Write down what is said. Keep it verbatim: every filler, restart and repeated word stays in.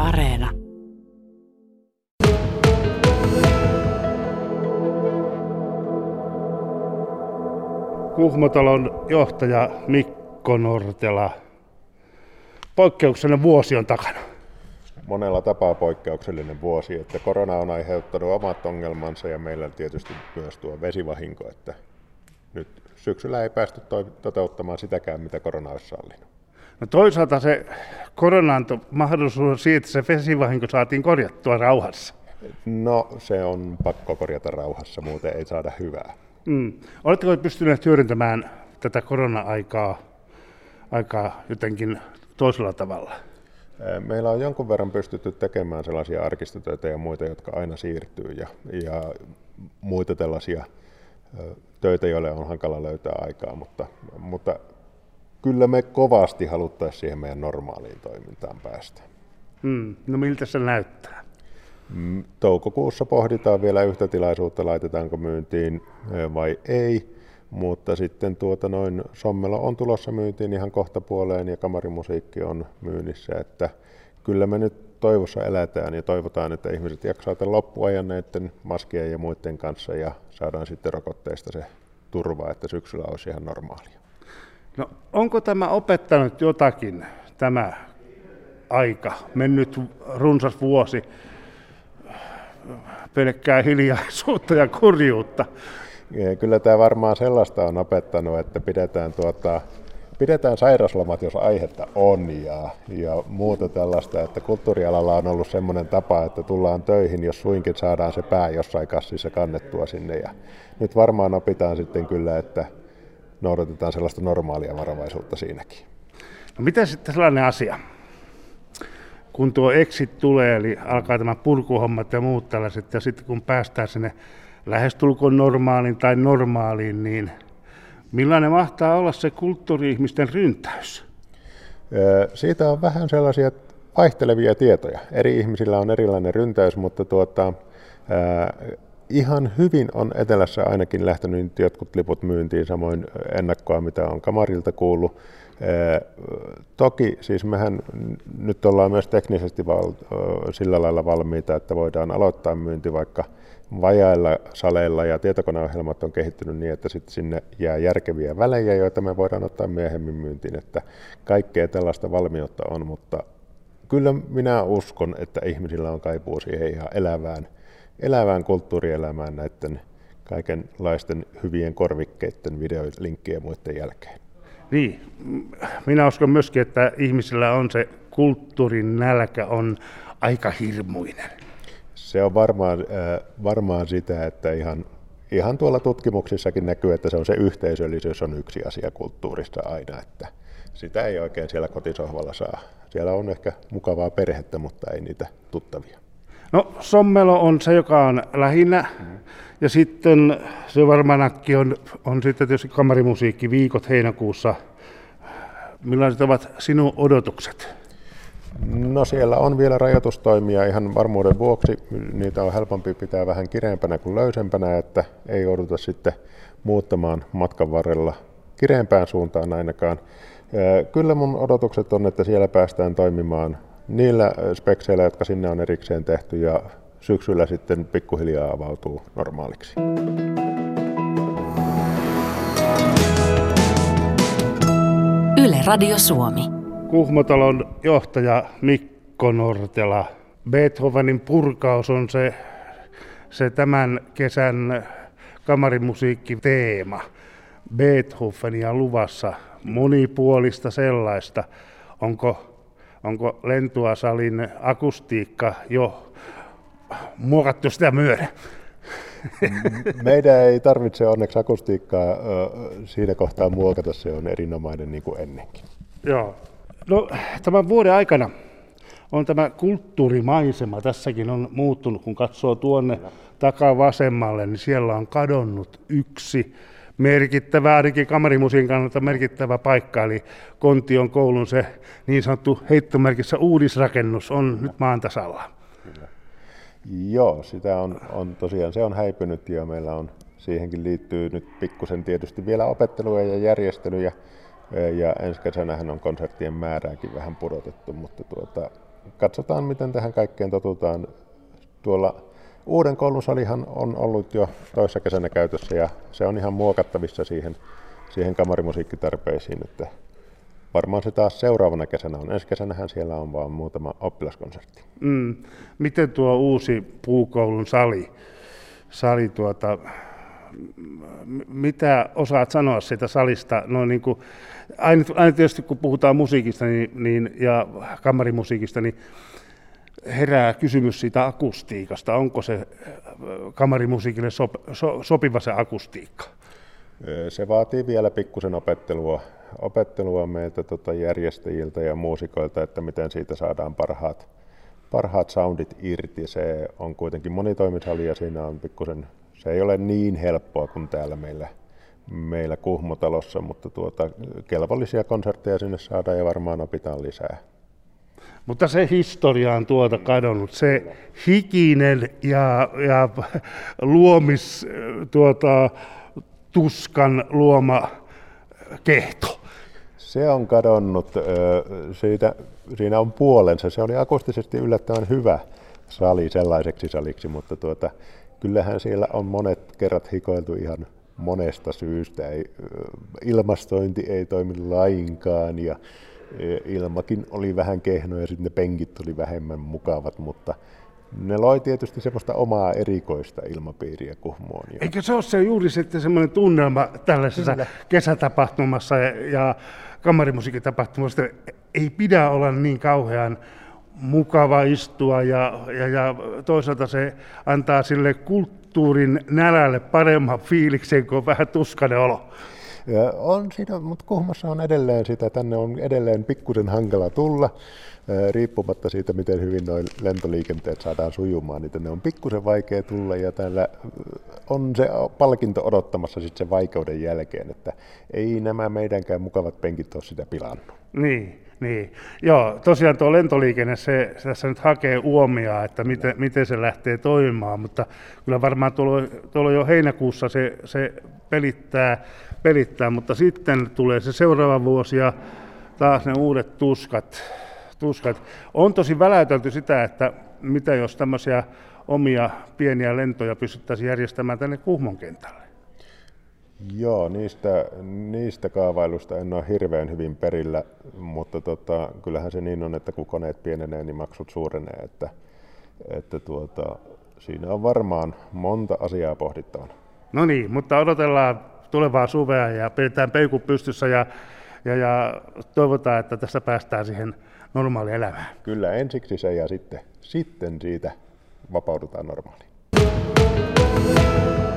Areena. Kuhmotalon johtaja Mikko Nortela. Poikkeuksellinen vuosi on takana. Monella tapaa poikkeuksellinen vuosi, että korona on aiheuttanut omat ongelmansa ja meillä tietysti myös tuo vesivahinko, että nyt syksyllä ei päästy toteuttamaan sitäkään, mitä korona olisi sallinut. No toisaalta se korona antoi mahdollisuuden siitä, että se vesivahinko saatiin korjattua rauhassa. No se on pakko korjata rauhassa, muuten ei saada hyvää. Mm. Oletteko pystyneet hyödyntämään tätä korona-aikaa aikaa jotenkin toisella tavalla? Meillä on jonkun verran pystytty tekemään sellaisia arkistotöitä ja muita, jotka aina siirtyy ja, ja muita tällaisia töitä, joille on hankala löytää aikaa, mutta, mutta kyllä me kovasti haluttaisiin siihen meidän normaaliin toimintaan päästä. Hmm. No miltä se näyttää? Toukokuussa pohditaan vielä yhtä tilaisuutta, laitetaanko myyntiin vai ei, mutta sitten tuota noin Sommelo on tulossa myyntiin ihan kohta puoleen ja kamarimusiikki on myynnissä, että kyllä me nyt toivossa elätään ja toivotaan, että ihmiset jaksaa tämän loppuajan näiden maskien ja muiden kanssa ja saadaan sitten rokotteista se turva, että syksyllä olisi ihan normaalia. No onko tämä opettanut jotakin, tämä aika, mennyt runsas vuosi, pelkkää hiljaisuutta ja kurjuutta? Kyllä tämä varmaan sellaista on opettanut, että pidetään, tuota, pidetään sairaslomat, jos aihetta on ja, ja muuta tällaista, että kulttuurialalla on ollut semmoinen tapa, että tullaan töihin, jos suinkin saadaan se pää jossain kassissa kannettua sinne ja nyt varmaan opitaan sitten kyllä, että noudatetaan sellaista normaalia varovaisuutta siinäkin. No mitä sitten sellainen asia, kun tuo exit tulee, eli alkaa tämä purkuhommat ja muut tällaiset, ja sitten kun päästään sinne lähestulkoon normaaliin tai normaaliin, niin millainen mahtaa olla se kulttuuri-ihmisten ryntäys? Siitä on vähän sellaisia vaihtelevia tietoja. Eri ihmisillä on erilainen ryntäys, mutta tuota, ää, ihan hyvin on etelässä ainakin lähtenyt jotkut liput myyntiin, samoin ennakkoa, mitä on kamarilta kuullut. Toki siis mehän nyt ollaan myös teknisesti val, sillä lailla valmiita, että voidaan aloittaa myynti vaikka vajailla saleilla ja tietokoneohjelmat on kehittynyt niin, että sitten sinne jää järkeviä välejä, joita me voidaan ottaa myöhemmin myyntiin, että kaikkea tällaista valmiutta on, mutta kyllä minä uskon, että ihmisillä on kaipuu siihen ihan elävään, elävään kulttuurielämään näiden kaikenlaisten hyvien korvikkeiden, videolinkkien ja muiden jälkeen. Niin, minä uskon myöskin, että ihmisillä on se kulttuurin nälkä on aika hirmuinen. Se on varmaan, äh, varmaan sitä, että ihan, ihan tuolla tutkimuksissakin näkyy, että se on se yhteisöllisyys on yksi asia kulttuurissa aina, että sitä ei oikein siellä kotisohvalla saa. Siellä on ehkä mukavaa perhettä, mutta ei niitä tuttavia. No Sommelo on se, joka on lähinnä, mm. ja sitten se varmaankin on, on sitten tietysti kamarimusiikki viikot heinäkuussa. Millaiset ovat sinun odotukset? No siellä on vielä rajoitustoimia ihan varmuuden vuoksi. Niitä on helpompi pitää vähän kireempänä kuin löysempänä, että ei jouduta sitten muuttamaan matkan varrella kireempään suuntaan ainakaan. Kyllä mun odotukset on, että siellä päästään toimimaan niillä spekseillä, jotka sinne on erikseen tehty ja syksyllä sitten pikkuhiljaa avautuu normaaliksi. Yle Radio Suomi. Kuhmotalon johtaja Mikko Nortela. Beethovenin purkaus on se, se tämän kesän kamarimusiikkiteema. Beethovenia luvassa, monipuolista sellaista. Onko, onko Lentuasalin akustiikka jo muokattu sitä myöden? Meidän ei tarvitse onneksi akustiikkaa siinä kohtaa muokata, se on erinomainen niin kuin ennenkin. Joo. No, tämän vuoden aikana on tämä kulttuurimaisema, tässäkin on muuttunut, kun katsoo tuonne takavasemmalle, niin siellä on kadonnut yksi merkittävä, ainakin kamarimusiikin kannalta merkittävä paikka, eli Kontion koulun se niin sanottu heittomerkissä uudisrakennus on nyt maan tasalla. Kyllä. Joo, sitä on, on tosiaan, se on häipynyt ja meillä on siihenkin liittyy nyt pikkusen tietysti vielä opetteluja ja järjestelyjä. Ja ensi kesänähän on konserttien määrääkin vähän pudotettu, mutta tuota, katsotaan, miten tähän kaikkeen totutaan. Tuolla Uuden koulun salihan on ollut jo toissa kesänä käytössä ja se on ihan muokattavissa siihen, siihen kamarimusiikkitarpeisiin, että varmaan se taas seuraavana kesänä on. Ensi kesänähän siellä on vaan muutama oppilaskonsertti. Mm. Miten tuo uusi puukoulun sali, sali tuota, mitä osaat sanoa siitä salista? No niin kuin, aina, aina tietysti kun puhutaan musiikista niin, niin, ja kamarimusiikista, niin herää kysymys siitä akustiikasta. Onko se kamarimusiikille sop, so, sopiva se akustiikka? Se vaatii vielä pikkusen opettelua, opettelua meiltä tota järjestäjiltä ja muusikoilta, että miten siitä saadaan parhaat, parhaat soundit irti. Se on kuitenkin monitoimisali ja siinä on pikkusen, se ei ole niin helppoa kuin täällä meillä, meillä Kuhmotalossa, mutta tuota, kelvollisia konsertteja sinne saadaan ja varmaan opitaan lisää. Mutta se historia on tuota kadonnut, se hikinen ja, ja luomis, tuota, tuskan luoma kehto. Se on kadonnut, siitä, siinä on puolensa. Se oli akustisesti yllättävän hyvä sali sellaiseksi saliksi, mutta tuota, kyllähän siellä on monet kerrat hikoiltu ihan monesta syystä. Ei, ilmastointi ei toimi lainkaan ja ilmakin oli vähän kehno ja sitten ne penkit oli vähemmän mukavat, mutta ne loi tietysti semmoista omaa erikoista ilmapiiriä Kuhmoon. Eikö se ole se juuri sitten semmoinen tunnelma tällaisessa Kyllä. kesätapahtumassa ja, ja kamarimusiikkitapahtumassa, ei pidä olla niin kauhean mukava istua ja, ja, ja toisaalta se antaa sille kulttuurin nälälle paremman fiiliksen, kun on vähän tuskainen olo. Ja on siinä, mutta Kuhmossa on edelleen sitä, tänne on edelleen pikkusen hankala tulla, riippumatta siitä, miten hyvin nuo lentoliikenteet saadaan sujumaan, niin tänne on pikkusen vaikea tulla ja täällä on se palkinto odottamassa sitten sen vaikeuden jälkeen, että ei nämä meidänkään mukavat penkit ole sitä pilannut. Niin, niin. Joo, tosiaan tuo lentoliikenne, se, se tässä nyt hakee uomia, että miten, miten se lähtee toimimaan, mutta kyllä varmaan tuolla, tuolla jo heinäkuussa se, se pelittää, pelittää, mutta sitten tulee se seuraava vuosi ja taas ne uudet tuskat. tuskat. On tosi väläytelty sitä, että mitä jos tämmöisiä omia pieniä lentoja pystyttäisiin järjestämään tänne Kuhmon kentälle. Joo, niistä, niistä kaavailusta en ole hirveän hyvin perillä, mutta tota, kyllähän se niin on, että kun koneet pienenee, niin maksut suurenee, että, että tuota, siinä on varmaan monta asiaa pohdittavana. No niin, mutta odotellaan tulevaa suvea ja pidetään peukut pystyssä ja, ja, ja toivotaan, että tässä päästään siihen normaaliin elämään. Kyllä ensiksi se ja sitten, sitten siitä vapaudutaan normaaliin.